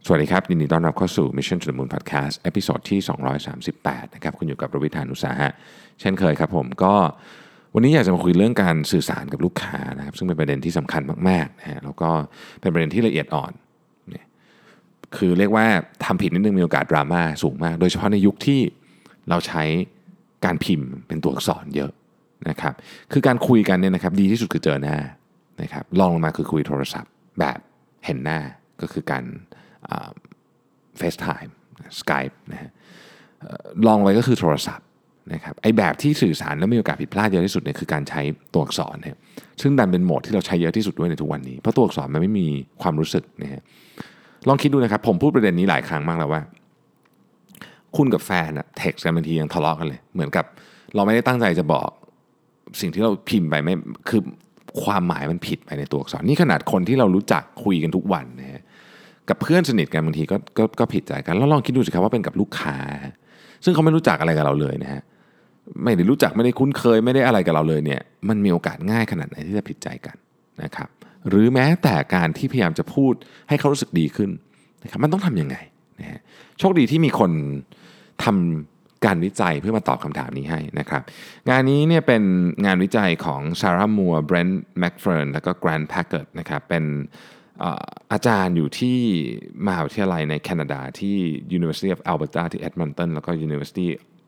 สวัสดีครับยินดีต้อนรับเข้าสู่ Mission to the Moon Podcast ตอนที่238นะครับคุณอยู่กับรวิธานอุตสาหะเช่นเคยครับผมก็วันนี้อยากจะมาคุยเรื่องการสื่อสารกับลูกค้านะครับซึ่งเป็นประเด็นที่สำคัญมากๆนะฮะแล้วก็เป็นประเด็นที่ละเอียดอ่อนเนี่ยคือเรียกว่าทำผิดนิดนึงมีโอกาสดราม่าสูงมากโดยเฉพาะในยุคที่เราใช้การพิมพ์เป็นตัวอักษรเยอะนะครับคือการคุยกันเนี่ยนะครับดีที่สุดคือเจอหน้านะครับลองลงมาคือคุยโทรศัพท์แบบเห็นหน้าก็คือการFaceTime Skype นะฮะลองไว้ก็คือโทรศัพท์นะครับไอ้แบบที่สื่อสารแล้วมีโอกาสผิดพลาดเยอะที่สุดเนี่ยคือการใช้ตัวอักษรเนี่ยซึ่งดันเป็นโหมดที่เราใช้เยอะที่สุดด้วยในทุกวันนี้เพราะตัวอักษรมันไม่มีความรู้สึกนะฮะลองคิดดูนะครับผมพูดประเด็นนี้หลายครั้งมากแล้วว่าคุณกับแฟนอะเท็กซ์กันบางทียังทะเลาะกันเลยเหมือนกับเราไม่ได้ตั้งใจจะบอกสิ่งที่เราพิมพ์ไปไม่คือความหมายมันผิดไปในตัวอักษรนี่ขนาดคนที่เรารู้จักคุยกันทุกวันนะฮะกับเพื่อนสนิทกันบางทีก็ผิดใจกันแล้วลองคิดดูสิครับว่าเป็นกับลูกค้าซึ่งเขาไม่รู้จักอะไรกับเราเลยนะฮะไม่ได้รู้จักไม่ได้คุ้นเคยไม่ได้อะไรกับเราเลยเนี่ยมันมีโอกาสง่ายขนาดไหนที่จะผิดใจกันนะครับหรือแม้แต่การที่พยายามจะพูดให้เขารู้สึกดีขึ้นนะครับมันต้องทำยังไงนะฮะโชคดีที่มีคนทำการวิจัยเพื่อมาตอบคำถามนี้ให้นะครับงานนี้เนี่ยเป็นงานวิจัยของซาร่ามัวร์เบรนท์แม็กเฟิร์นแล้วก็แกรนท์แพคเกิร์ดนะครับเป็นอาจารย์อยู่ที่มหาวิทยาลัยในแคนาดาที่ University of Alberta ที่ Edmonton แล้วก็ University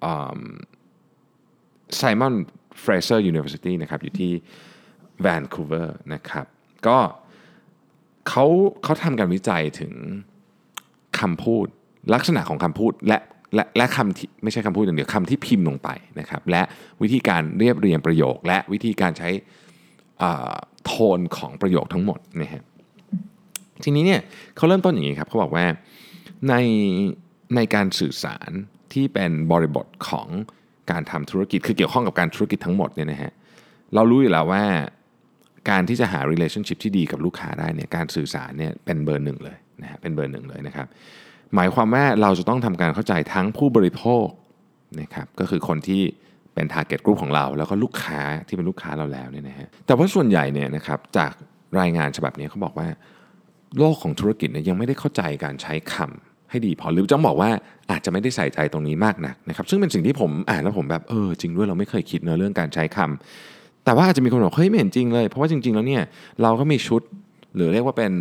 Simon Fraser University นะครับอยู่ที่ Vancouver นะครับก็เขาทำการวิจัยถึงคำพูดลักษณะของคำพูดและคำที่ไม่ใช่คำพูดอย่างเดียวคำที่พิมพ์ลงไปนะครับและวิธีการเรียบเรียงประโยคและวิธีการใช้โทนของประโยคทั้งหมดนะฮะทีนี้เนี่ยเขาเริ่มต้นอย่างนี้ครับเขาบอกว่าในการสื่อสารที่เป็นบริบทของการทำธุรกิจคือเกี่ยวข้องกับการธุรกิจทั้งหมดเนี่ยนะฮะเรารู้อยู่แล้วว่าการที่จะหา relationship ที่ดีกับลูกค้าได้เนี่ยการสื่อสารเนี่ยเป็นเบอร์หนึ่งเลยนะฮะเป็นเบอร์หนึ่งเลยนะครับหมายความว่าเราจะต้องทำการเข้าใจทั้งผู้บริโภคนะครับก็คือคนที่เป็น target group ของเราแล้วก็ลูกค้าที่เป็นลูกค้าเราแล้วเนี่ยนะฮะแต่ว่าส่วนใหญ่เนี่ยนะครับจากรายงานฉบับนี้เขาบอกว่าโลกของธุรกิจเนี่ยยังไม่ได้เข้าใจการใช้คำให้ดีพอหรือจะบอกว่าอาจจะไม่ได้ใส่ใจตรงนี้มากนักนะครับซึ่งเป็นสิ่งที่ผมอ่านแล้วผมแบบจริงด้วยเราไม่เคยคิดเรื่องการใช้คำแต่ว่าอาจจะมีคนบอกเฮ้ยไม่เห็นจริงเลยเพราะว่าจริงๆแล้วเนี่ยเราก็มีชุดหรือเรียกว่าเป็น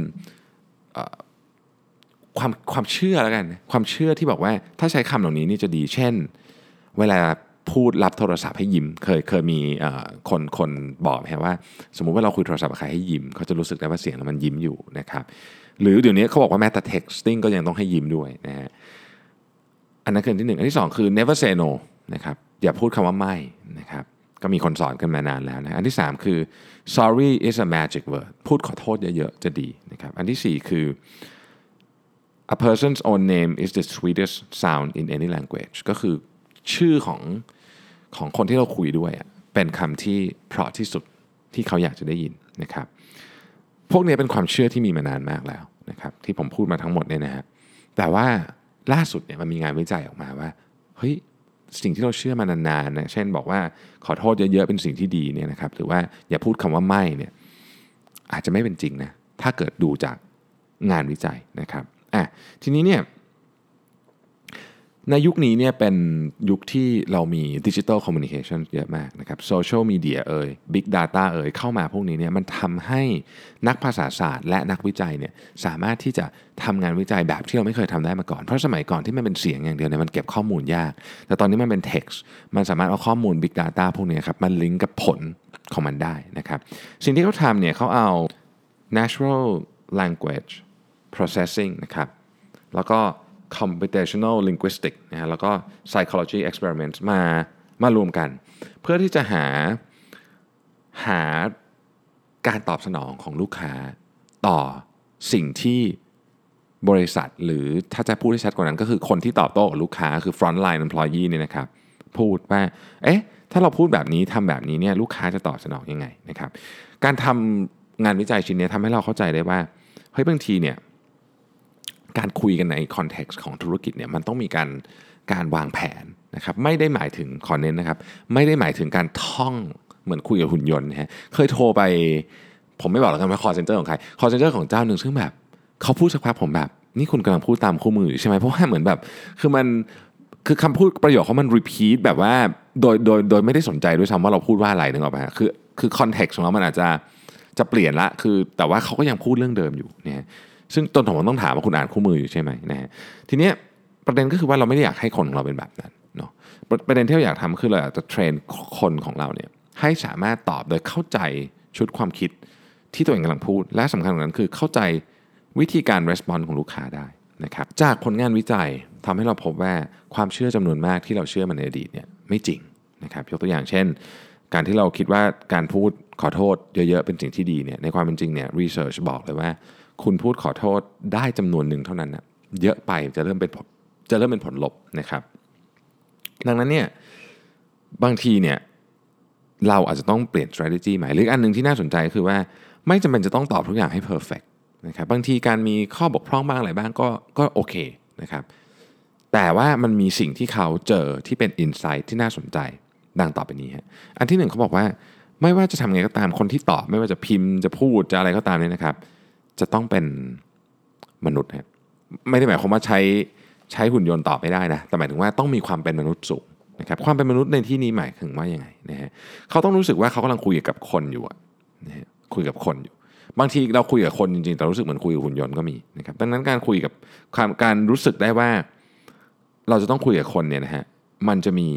ความเชื่อแล้วกันความเชื่อที่บอกว่าถ้าใช้คำเหล่านี้นี่จะดีเช่นเวลาพูดรับโทรศัพท์ให้ยิ้มเคยมีคนบอกไหมว่าสมมุติว่าเราคุยโทรศัพท์กับใครให้ยิ้มเขาจะรู้สึกได้ว่าเสียงมันยิ้มอยู่นะครับหรือเดี๋ยวนี้เขาบอกว่าแม้แต่ texting ก็ยังต้องให้ยิ้มด้วยนะฮะอันนั้นคือที่หนึ่งอันที่สองคือ never say no นะครับอย่าพูดคำว่าไม่นะครับก็มีคนสอนกันมานานแล้วนะอันที่สามคือ sorry is a magic word พูดขอโทษเยอะๆจะดีนะครับอันที่สี่คือA person's own name is the sweetest sound in any language ก็คือชื่อของคนที่เราคุยด้วยเป็นคำที่เพราะที่สุดที่เขาอยากจะได้ยินนะครับพวกนี้เป็นความเชื่อที่มีมานานมากแล้วนะครับที่ผมพูดมาทั้งหมดเนี่ยนะฮะแต่ว่าล่าสุดเนี่ยมันมีงานวิจัยออกมาว่าเฮ้ยสิ่งที่เราเชื่อมานานๆนะเช่นบอกว่าขอโทษเยอะๆเป็นสิ่งที่ดีเนี่ยนะครับหรือว่าอย่าพูดคำว่าไม่เนี่ยอาจจะไม่เป็นจริงนะถ้าเกิดดูจากงานวิจัยนะครับทีนี้เนี่ยในยุคนี้เนี่ยเป็นยุคที่เรามีดิจิทัลคอมมิวนิเคชันเยอะมากนะครับโซเชียลมีเดียบิ๊กดาต้าเข้ามาพวกนี้เนี่ยมันทำให้นักภาษาศาสตร์และนักวิจัยเนี่ยสามารถที่จะทำงานวิจัยแบบที่เราไม่เคยทำได้มาก่อนเพราะสมัยก่อนที่มันเป็นเสียงอย่างเดียวเนี่ยมันเก็บข้อมูลยากแต่ตอนนี้มันเป็น text มันสามารถเอาข้อมูล big data พวกนี้ครับมันลิงก์กับผลของมันได้นะครับสิ่งที่เขาทำเนี่ยเขาเอา natural language processing นะครับแล้วก็ computational linguistics นะฮะแล้วก็ psychology experiments มารวมกันเพื่อที่จะหาการตอบสนองของลูกค้าต่อสิ่งที่บริษัทหรือถ้าจะพูดให้ชัดกว่านั้นก็คือคนที่ตอบโต้กับลูกค้าคือ front line employee เนี่ยนะครับพูดว่าถ้าเราพูดแบบนี้ทำแบบนี้เนี่ยลูกค้าจะตอบสนองยังไงนะครับการทำงานวิจัยชิ้นนี้ทำให้เราเข้าใจได้ว่าเฮ้ยบางทีเนี่ยการคุยกันในคอนเท็กซ์ของธุรกิจเนี่ยมันต้องมีการวางแผนนะครับไม่ได้หมายถึงขอเน้นนะครับไม่ได้หมายถึงการท่องเหมือนคุยกับหุ่นยนต์นะฮะเคยโทรไปผมไม่บอกแล้วกันว่า call center ของใคร call center ของเจ้าหนึ่งซึ่งแบบเขาพูดสักพักผมแบบนี่คุณกำลังพูดตามคู่มืออยู่ใช่ไหมเพราะว่าเหมือนแบบคือคำพูดประโยคเขามัน repeat แบบว่าโดยไม่ได้สนใจด้วยซ้ำว่าเราพูดว่าอะไรนึกออกไหมฮะคือ context ของเรามันอาจจะเปลี่ยนละคือแต่ว่าเขาก็ยังพูดเรื่องเดิมอยู่เนี่ยซึ่งต้นผมต้องถามว่าคุณอ่านคู่มืออยู่ใช่ไหมนะฮะทีเนี้ยประเด็นก็คือว่าเราไม่ได้อยากให้คนของเราเป็นแบบนั้นเนาะประเด็นที่เราอยากทำคือเราอยากจะเทรนคนของเราเนี่ยให้สามารถตอบโดยเข้าใจชุดความคิดที่ตัวเองกำลังพูดและสำคัญกว่านั้นคือเข้าใจวิธีการ respond ของลูกค้าได้นะครับจากผลงานวิจัยทำให้เราพบว่าความเชื่อจำนวนมากที่เราเชื่อมันในอดีตเนี่ยไม่จริงนะครับยกตัวอย่างเช่นการที่เราคิดว่าการพูดขอโทษเยอะๆเป็นสิ่งที่ดีเนี่ยในความเป็นจริงเนี่ยรีเสิร์ชบอกเลยว่าคุณพูดขอโทษได้จำนวนหนึ่งเท่านั้นนะเยอะไปจะเริ่มเป็นผลลบนะครับดังนั้นเนี่ยบางทีเนี่ยเราอาจจะต้องเปลี่ยน strategy ใหม่หรืออันนึงที่น่าสนใจคือว่าไม่จำเป็นจะต้องตอบทุกอย่างให้ perfect นะครับบางทีการมีข้อบกพร่องบ้างอะไรบ้างก็โอเคนะครับแต่ว่ามันมีสิ่งที่เขาเจอที่เป็น insight ที่น่าสนใจดังต่อไปนี้ฮะอันที่หนึ่งเขาบอกว่าไม่ว่าจะทำไงก็ตามคนที่ตอบไม่ว่าจะพิมพ์จะพูดจะอะไรก็ตามเนี่ยนะครับจะต้องเป็นมนุษย์ฮะไม่ได้หมายความว่าใช้หุ่นยนต์ตอบไม่ได้นะแต่หมายถึงว่าต้องมีความเป็นมนุษย์สูงนะครับความเป็นมนุษย์ในที่นี้หมายถึงว่ายังไงนะฮะเขาต้องรู้สึกว่าเขากำลังคุยกับคนอยู่นะฮะคุยกับคนอยู่บางทีเราคุยกับคนจริงๆแต่รู้สึกเหมือนคุยกับหุ่นยนต์ก็มีนะครับดังนั้นการคุยกับการรู้สึกได้ว่าเราจะต้องคุยกับคนเนี่ยนะฮะมันจะมี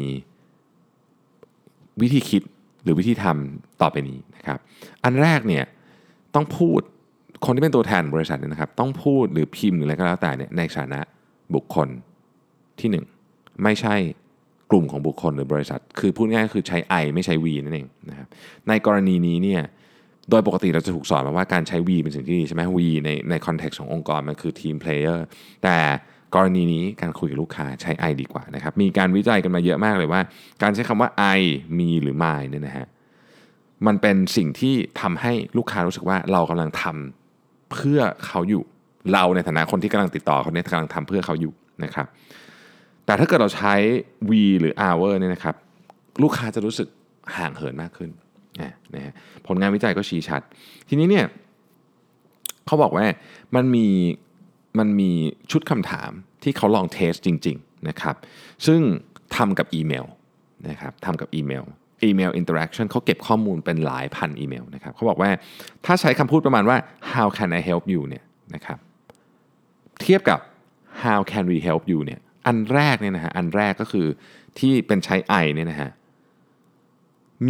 วิธีคิดหรือวิธีทำต่อไปนี้นะครับอันแรกเนี่ยต้องพูดคนที่เป็นตัวแทนบริษัทเนี่ยนะครับต้องพูดหรือพิมพ์หรืออะไรก็แล้วแต่เนี่ยในฐานะบุคคลที่หนึ่งไม่ใช่กลุ่มของบุคคลหรือบริษัทคือพูดง่ายๆคือใช้ I ไม่ใช้ we นั่นเองนะครับในกรณีนี้เนี่ยโดยปกติเราจะถูกสอนมาว่าการใช้ we เป็นสิ่งที่ดีใช่ไหม we ในคอนเท็กซ์ขององค์กรมันคือทีมเพลเยอร์แต่กรณีนี้การคุยกับลูกค้าใช้ I ดีกว่านะครับมีการวิจัยกันมาเยอะมากเลยว่าการใช้คำว่า I me หรือ my เนี่ยนะฮะมันเป็นสิ่งที่ทำให้ลูกค้ารู้สึกว่าเรากำลังทำเพื่อเขาอยู่เราในฐานะคนที่กำลังติดต่อเขาเนี่ยกำลังทำเพื่อเขาอยู่นะครับแต่ถ้าเกิดเราใช้ we หรือ our เนี่ยนะครับลูกค้าจะรู้สึกห่างเหินมากขึ้นนะฮะผลงานวิจัยก็ชี้ชัดทีนี้เนี่ยเขาบอกว่ามันมีชุดคำถามที่เขาลองเทสจริงๆนะครับซึ่งทำกับอีเมลนะครับทำกับอีเมลอินเตอร์แอคชั่นเขาเก็บข้อมูลเป็นหลายพันอีเมลนะครับเขาบอกว่าถ้าใช้คำพูดประมาณว่า how can I help you เนี่ยนะครับเทียบกับ how can we help you เนี่ยอันแรกเนี่ยนะฮะอันแรกก็คือที่เป็นใช้ I เนี่ยนะฮะมี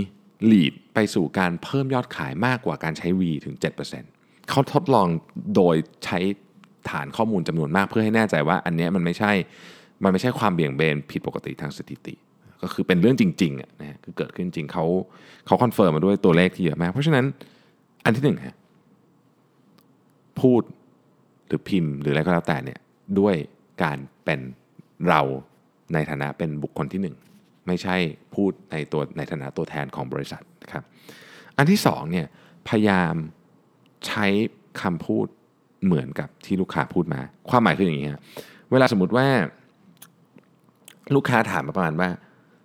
lead ไปสู่การเพิ่มยอดขายมากกว่าการใช้ V ถึง 7% เขาทดลองโดยใช้ฐานข้อมูลจำนวนมากเพื่อให้แน่ใจว่าอันนี้มันไม่ใช่ความเบี่ยงเบนผิดปกติทางสถิติก็คือเป็นเรื่องจริงๆนะคือเกิดขึ้นจริงเขาคอนเฟิร์มมาด้วยตัวเลขที่เยอะมากเพราะฉะนั้นอันที่หนึ่งฮะพูดหรือพิมพ์หรืออะไรก็แล้วแต่เนี่ยด้วยการเป็นเราในฐานะเป็นบุคคลที่หนึ่งไม่ใช่พูดในฐานะตัวแทนของบริษัทนะครับอันที่สองเนี่ยพยายามใช้คำพูดเหมือนกับที่ลูกค้าพูดมาความหมายคืออย่างนี้ฮะเวลาสมมติว่าลูกค้าถามมาประมาณว่า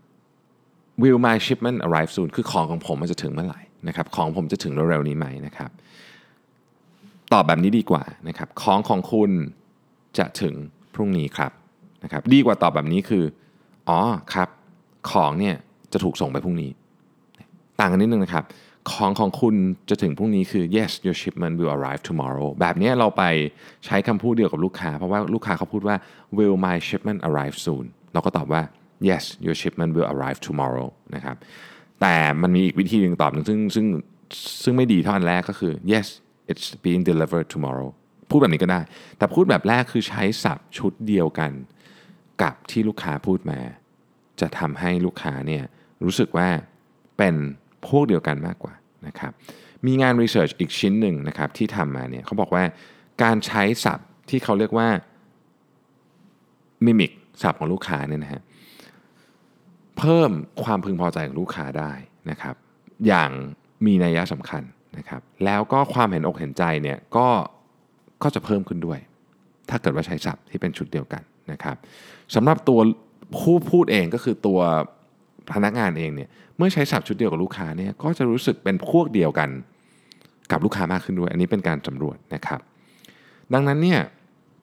will my shipment arrive soon คือของผมมันจะถึงเมื่อไหร่นะครับของผมจะถึงเร็วๆนี้ไหมนะครับตอบแบบนี้ดีกว่านะครับของคุณจะถึงพรุ่งนี้ครับนะครับดีกว่าตอบแบบนี้คืออ๋อครับของเนี่ยจะถูกส่งไปพรุ่งนี้ต่างกันนิดนึงนะครับของคุณจะถึงพรุ่งนี้คือ yes your shipment will arrive tomorrow แบบนี้เราไปใช้คำพูดเดียวกับลูกค้าเพราะว่าลูกค้าเขาพูดว่า will my shipment arrive soon เราก็ตอบว่า yes your shipment will arrive tomorrow นะครับแต่มันมีอีกวิธีหนึ่งตอบหนึ่งซึ่งไม่ดีเท่าอันแรกก็คือ yes it's being delivered tomorrow พูดแบบนี้ก็ได้แต่พูดแบบแรกคือใช้ศัพท์ชุดเดียวกันกับที่ลูกค้าพูดมาจะทำให้ลูกค้าเนี่ยรู้สึกว่าเป็นพวกเดียวกันมากกว่านะครับมีงานรีเสิร์ชอีกชิ้นหนึ่งนะครับที่ทำมาเนี่ยเขาบอกว่าการใช้ศัพท์ที่เขาเรียกว่ามิมิกศัพท์ของลูกค้าเนี่ยนะฮะเพิ่มความพึงพอใจของลูกค้าได้นะครับอย่างมีนัยสำคัญนะครับแล้วก็ความเห็นอกเห็นใจเนี่ยก็จะเพิ่มขึ้นด้วยถ้าเกิดว่าใช้ศัพท์ที่เป็นชุดเดียวกันนะครับสำหรับตัวผู้พูดเองก็คือตัวพนักงานเองเนี่ยเมื่อใช้ศัพท์ชุดเดียวกับลูกค้าเนี่ยก็จะรู้สึกเป็นพวกเดียวกันกับลูกค้ามากขึ้นด้วยอันนี้เป็นการสำรวจนะครับดังนั้นเนี่ย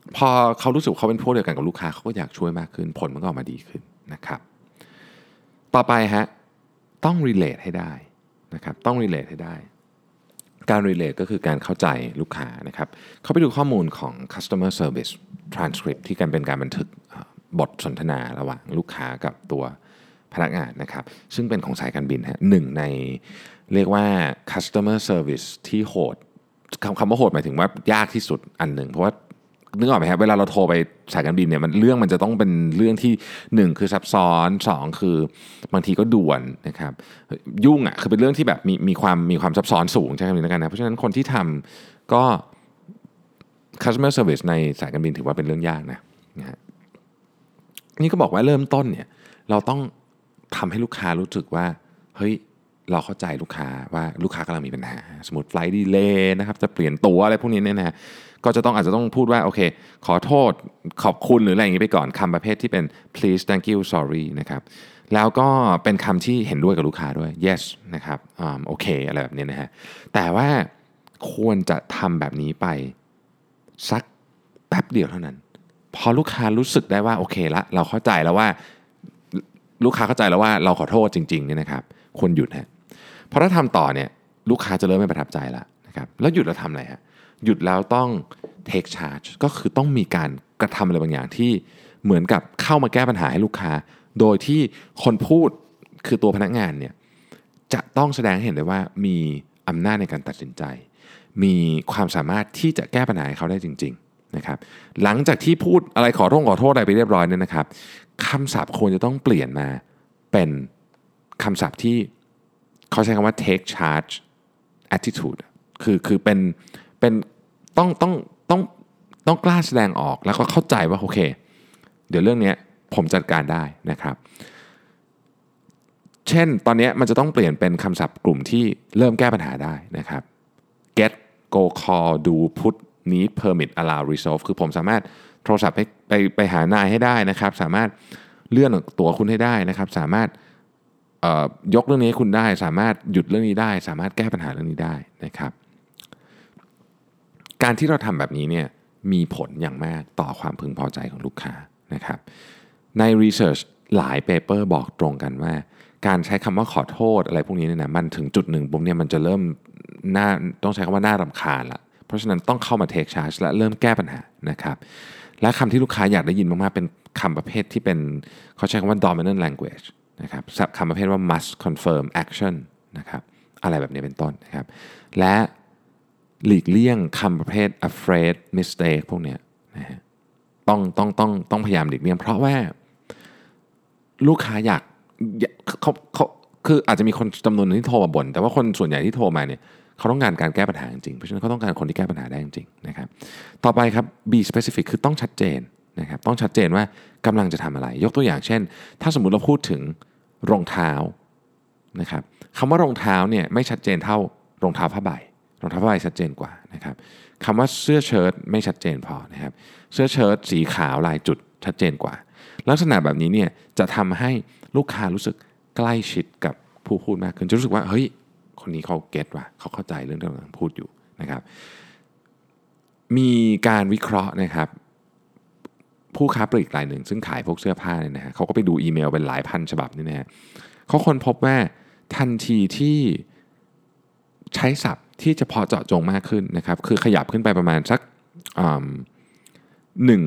พอเขารู้สึกเขาเป็นพวกเดียวกันกับลูกค้าเขาก็อยากช่วยมากขึ้นผลมันก็ออกมาดีขึ้นนะครับต่อไปฮะต้อง relate ให้ได้นะครับต้อง relate ให้ได้การ relate ก็คือการเข้าใจลูกค้านะครับเขาไปดูข้อมูลของ customer service transcript ที่กันเป็นการบันทึกบทสนทนาระหว่างลูกค้ากับตัวพนักงานนะครับซึ่งเป็นของสายการบินฮะหนึ่งในเรียกว่า customer service ที่โหดคำว่าโหดหมายถึงว่ายากที่สุดอันหนึ่งเพราะว่านึกออกไหมครับเวลาเราโทรไปสายการบินเนี่ยมันจะต้องเป็นเรื่องที่1คือซับซ้อน2คือบางทีก็ด่วนนะครับยุ่งอ่ะคือเป็นเรื่องที่แบบมีความซับซ้อนสูงใช่ไหมแล้วกันนะเพราะฉะนั้นคนที่ทำก็ customer service ในสายการบินถือว่าเป็นเรื่องยากนะฮะนี่ก็บอกว่าเริ่มต้นเนี่ยเราต้องทำให้ลูกค้ารู้สึกว่าเฮ้ยเราเข้าใจลูกค้าว่าลูกค้ากำลังมีปัญหาสมมติไฟล์ดีเลย์นะครับจะเปลี่ยนตั๋วอะไรพวกนี้เนี่ยนะก็อาจจะต้องพูดว่าโอเคขอโทษขอบคุณหรืออะไรอย่างนี้ไปก่อนคำประเภทที่เป็น please thank you sorry นะครับแล้วก็เป็นคำที่เห็นด้วยกับลูกค้าด้วย yes นะครับโอเคอะไรแบบนี้นะฮะแต่ว่าควรจะทำแบบนี้ไปสักแป๊บเดียวเท่านั้นพอลูกค้ารู้สึกได้ว่าโอเคละเราเข้าใจแล้วว่าลูกค้าเข้าใจแล้วว่าเราขอโทษจริงๆเนี่ยนะครับควรหยุดฮะเพราะถ้าทำต่อเนี่ยลูกค้าจะเริ่มไม่ประทับใจแล้วนะครับแล้วหยุดแล้วทำอะไรฮะหยุดแล้วต้อง take charge ก็คือต้องมีการกระทำอะไรบางอย่างที่เหมือนกับเข้ามาแก้ปัญหาให้ลูกค้าโดยที่คนพูดคือตัวพนักงานเนี่ยจะต้องแสดงให้เห็นเลยว่ามีอำนาจในการตัดสินใจมีความสามารถที่จะแก้ปัญหาให้เขาได้จริงๆนะครับหลังจากที่พูดอะไรขอโทษอะไรไปเรียบร้อยเนี่ยนะครับคำศัพท์ควรจะต้องเปลี่ยนมาเป็นคำศัพท์ที่เขาใช้คำว่า take charge attitude คือเป็นต้องกล้าแสดงออกแล้วก็เข้าใจว่าโอเคเดี๋ยวเรื่องนี้ผมจัดการได้นะครับเช่นตอนนี้มันจะต้องเปลี่ยนเป็นคำศัพท์กลุ่มที่เริ่มแก้ปัญหาได้นะครับ get go call do put need permit allow resolve คือผมสามารถโทรศัพท์ไปหานายให้ได้นะครับสามารถเลื่อนตัวคุณให้ได้นะครับสามารถยกเรื่องนี้ให้คุณได้สามารถหยุดเรื่องนี้ได้สามารถแก้ปัญหาเรื่องนี้ได้นะครับการที่เราทำแบบนี้เนี่ยมีผลอย่างมากต่อความพึงพอใจของลูกค้านะครับใน research หลายเปเปอร์บอกตรงกันว่าการใช้คำว่าขอโทษอะไรพวกนี้เนี่ยนะมันถึงจุดหนึ่งปุ๊บเนี่ยมันจะเริ่มต้องใช้คำว่าน่ารำคาญละเพราะฉะนั้นต้องเข้ามา take charge และเริ่มแก้ปัญหานะครับและคำที่ลูกค้าอยากได้ยินมากๆเป็นคำประเภทที่เป็นเขาใช้คำว่า dominant language นะครับคำประเภทว่า must confirm action นะครับอะไรแบบนี้เป็นต้นนะครับและหลีกเลี่ยงคำประเภท afraid mistake พวกเนี้ยนะฮะต้องพยายามหลีกเลี่ยงเพราะว่าลูกค้าอยากเขาคืออาจจะมีคนจำนวนนึงที่โทรมาบ่นแต่ว่าคนส่วนใหญ่ที่โทรมาเนี่ยเขาต้องการแก้ปัญหาจริงเพราะฉะนั้นเขาต้องการคนที่แก้ปัญหาได้จริงนะครับต่อไปครับ be specific คือต้องชัดเจนนะครับต้องชัดเจนว่ากำลังจะทำอะไรยกตัวอย่างเช่นถ้าสมมุติเราพูดถึงรองเท้านะครับคำว่ารองเท้าเนี่ยไม่ชัดเจนเท่ารองเท้าผ้าใบรองเท้าผ้าใบชัดเจนกว่านะครับคำว่าเสื้อเชิ้ตไม่ชัดเจนพอนะครับเสื้อเชิ้ตสีขาวลายจุดชัดเจนกว่าลักษณะแบบนี้เนี่ยจะทำให้ลูกค้ารู้สึกใกล้ชิดกับผู้พูดมากขึ้นจะรู้สึกว่าเฮ้ยคนนี้เขาเก็ตว่ะเขาเข้าใจเรื่องที่เรากำลังพูดอยู่นะครับมีการวิเคราะห์นะครับผู้ค้าปลีกรายหนึ่งซึ่งขายพวกเสื้อผ้าเนี่ยนะฮะเขาก็ไปดูอีเมลเป็นหลายพันฉบับนี่นะฮะเขาค้นพบว่าทันทีที่ใช้ศัพท์ที่เฉพาะเจาะจงมากขึ้นนะครับคือขยับขึ้นไปประมาณสัก1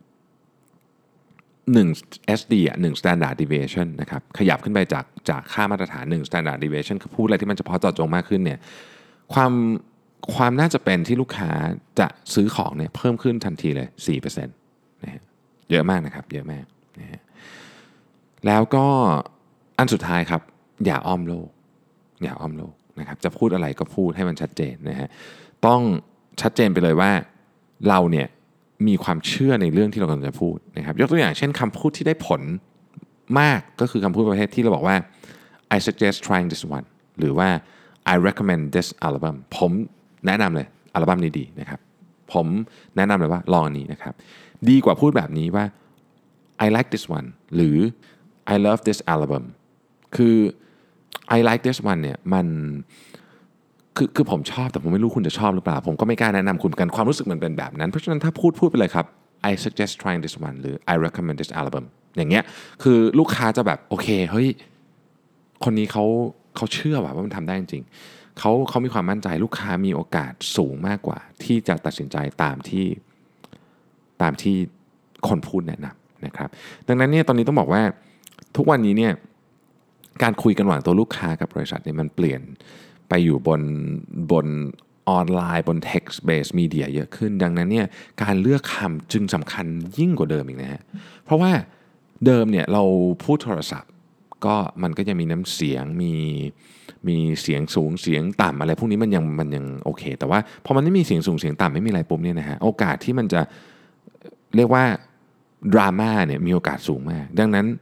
SD 1 standard deviation นะครับขยับขึ้นไปจากค่ามาตรฐาน1 standard deviation คือพูดอะไรที่มันเฉพาะเจาะจงมากขึ้นเนี่ยความน่าจะเป็นที่ลูกค้าจะซื้อของเนี่ยเพิ่มขึ้นทันทีเลย 4% นะฮะเยอะมากนะครับเยอะมากนะฮะแล้วก็อันสุดท้ายครับอย่าอ้อมโลกนะครับจะพูดอะไรก็พูดให้มันชัดเจนนะฮะต้องชัดเจนไปเลยว่าเราเนี่ยมีความเชื่อในเรื่องที่เรากำลังจะพูดนะครับยกตัวอย่างเช่นคำพูดที่ได้ผลมากก็คือคำพูดประเภทที่เราบอกว่า I suggest trying this one หรือว่า I recommend this album ผมแนะนำเลยอัลบั้มนี้ดีนะครับผมแนะนำเลยว่าลองอันนี้นะครับดีกว่าพูดแบบนี้ว่า I like this one หรือ I love this album คือ I like this one เนี่ยมันคือผมชอบแต่ผมไม่รู้คุณจะชอบหรือเปล่าผมก็ไม่กล้าแนะนำคุณกันความรู้สึกมันเป็นแบบนั้นเพราะฉะนั้นถ้าพูดไปเลยครับ I suggest trying this one หรือ I recommend this album อย่างเงี้ยคือลูกค้าจะแบบโอเคเฮ้ยคนนี้เขาเชื่อว่ามันทำได้จริงเขามีความมั่นใจลูกค้ามีโอกาสสูงมากกว่าที่จะตัดสินใจตามที่คนพูดแนะนำนะครับดังนั้นเนี่ยตอนนี้ต้องบอกว่าทุกวันนี้เนี่ยการคุยกันระหว่างตัวลูกค้ากับบริษัทเนี่ยมันเปลี่ยนไปอยู่บนออนไลน์บน text based media เยอะขึ้นดังนั้นเนี่ยการเลือกคำจึงสำคัญยิ่งกว่าเดิมอีกนะฮะเพราะว่าเดิมเนี่ยเราพูดโทรศัพท์ก็มันก็จะมีน้ำเสียงมีเสียงสูงเสียงต่ำอะไรพวกนี้มันยังโอเคแต่ว่าพอมันไม่มีเสียงสูงเสียงต่ำไม่มีอะไรปุ๊บเนี่ยนะฮะโอกาสที่มันจะเรียกว่าดราม่าเนี่ยมีโอกาสสูงมากดังนั้น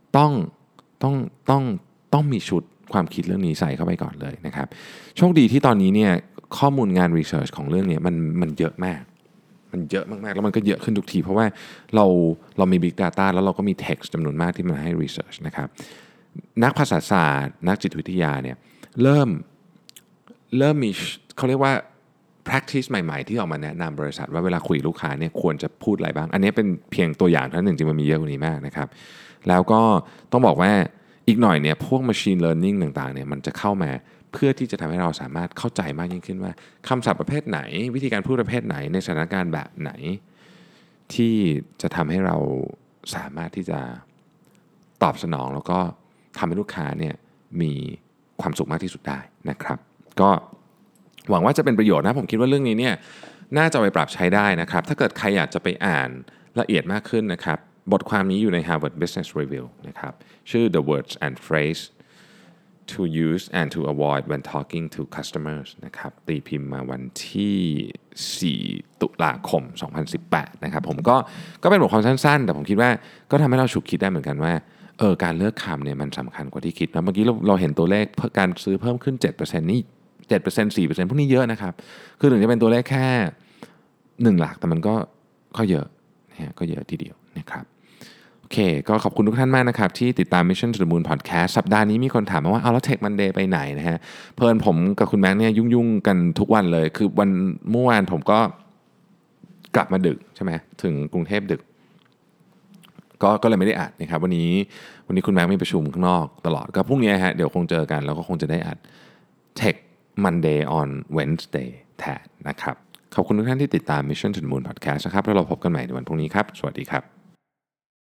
ต้องมีชุดความคิดเรื่องนี้ใส่เข้าไปก่อนเลยนะครับโชคดีที่ตอนนี้เนี่ยข้อมูลงานรีเสิร์ชของเรื่องนี้มันเยอะมากมันเยอะมากๆแล้วมันก็เยอะขึ้นทุกทีเพราะว่าเรามี Big Data แล้วเราก็มี Text จำนวนมากที่มาให้รีเสิร์ชนะครับนักภาษาศาสตร์นักจิตวิทยาเนี่ยเริ่มมีเขาเรียกว่า practice ใหม่ๆที่ออกมาแนะนำบริษัทว่าเวลาคุยลูกค้าเนี่ยควรจะพูดอะไรบ้างอันนี้เป็นเพียงตัวอย่างเท่านั้นจริงๆมันมีเยอะกว่านี้มากนะครับแล้วก็ต้องบอกว่าอีกหน่อยเนี่ยพวก machine learning ต่างๆเนี่ยมันจะเข้ามาเพื่อที่จะทำให้เราสามารถเข้าใจมากยิ่งขึ้นว่าคำศัพท์ประเภทไหนวิธีการพูดประเภทไหนในสถานการณ์แบบไหนที่จะทำให้เราสามารถที่จะตอบสนองแล้วก็ทำให้ลูกค้าเนี่ยมีความสุขมากที่สุดได้นะครับก็หวังว่าจะเป็นประโยชน์นะผมคิดว่าเรื่องนี้เนี่ยน่าจะไปปรับใช้ได้นะครับถ้าเกิดใครอยากจะไปอ่านละเอียดมากขึ้นนะครับบทความนี้อยู่ใน Harvard Business Review นะครับชื่อ The Words and Phrase to use and to avoid when talking to customers นะครับตีพิมพ์มาวันที่4ตุลาคม2018นะครับผมก็เป็นบทความสั้นๆแต่ผมคิดว่าก็ทำให้เราฉุกคิดได้เหมือนกันว่าการเลือกคำเนี่ยมันสำคัญกว่าที่คิดนะเมื่อกี้เราเห็นตัวเลขการซื้อเพิ่มขึ้น 7% นี่ 7% 4% พวกนี้เยอะนะครับคือถึงจะเป็นตัวเลขแค่1หลักแต่มันก็เยอะนะฮะก็เยอะทีเดียวนะครับโอเคก็ขอบคุณทุกท่านมากนะครับที่ติดตาม Mission to the Moon Podcast สัปดาห์นี้มีคนถามมาว่าเอาแล้ว Tech Monday ไปไหนนะฮะเพิ่นผมกับคุณแม็กเนี่ยยุ่งๆกันทุกวันเลยคือวันเมื่อวานผมก็กลับมาดึกใช่ไหมถึงกรุงเทพดึกก็เลยไม่ได้อัดนะครับวันนี้คุณแม็กมีประชุมข้างนอกตลอดก็พรุ่งนี้ฮะเดี๋ยวคงเจอกันแล้วก็คงจะได้อัด Tech Monday on Wednesday แทนนะครับขอบคุณทุกท่านที่ติดตาม Mission to the Moon Podcast นะครับแล้วเราพบกันใหม่ในวันพรุ่งนี้ครับสวัสดีครับ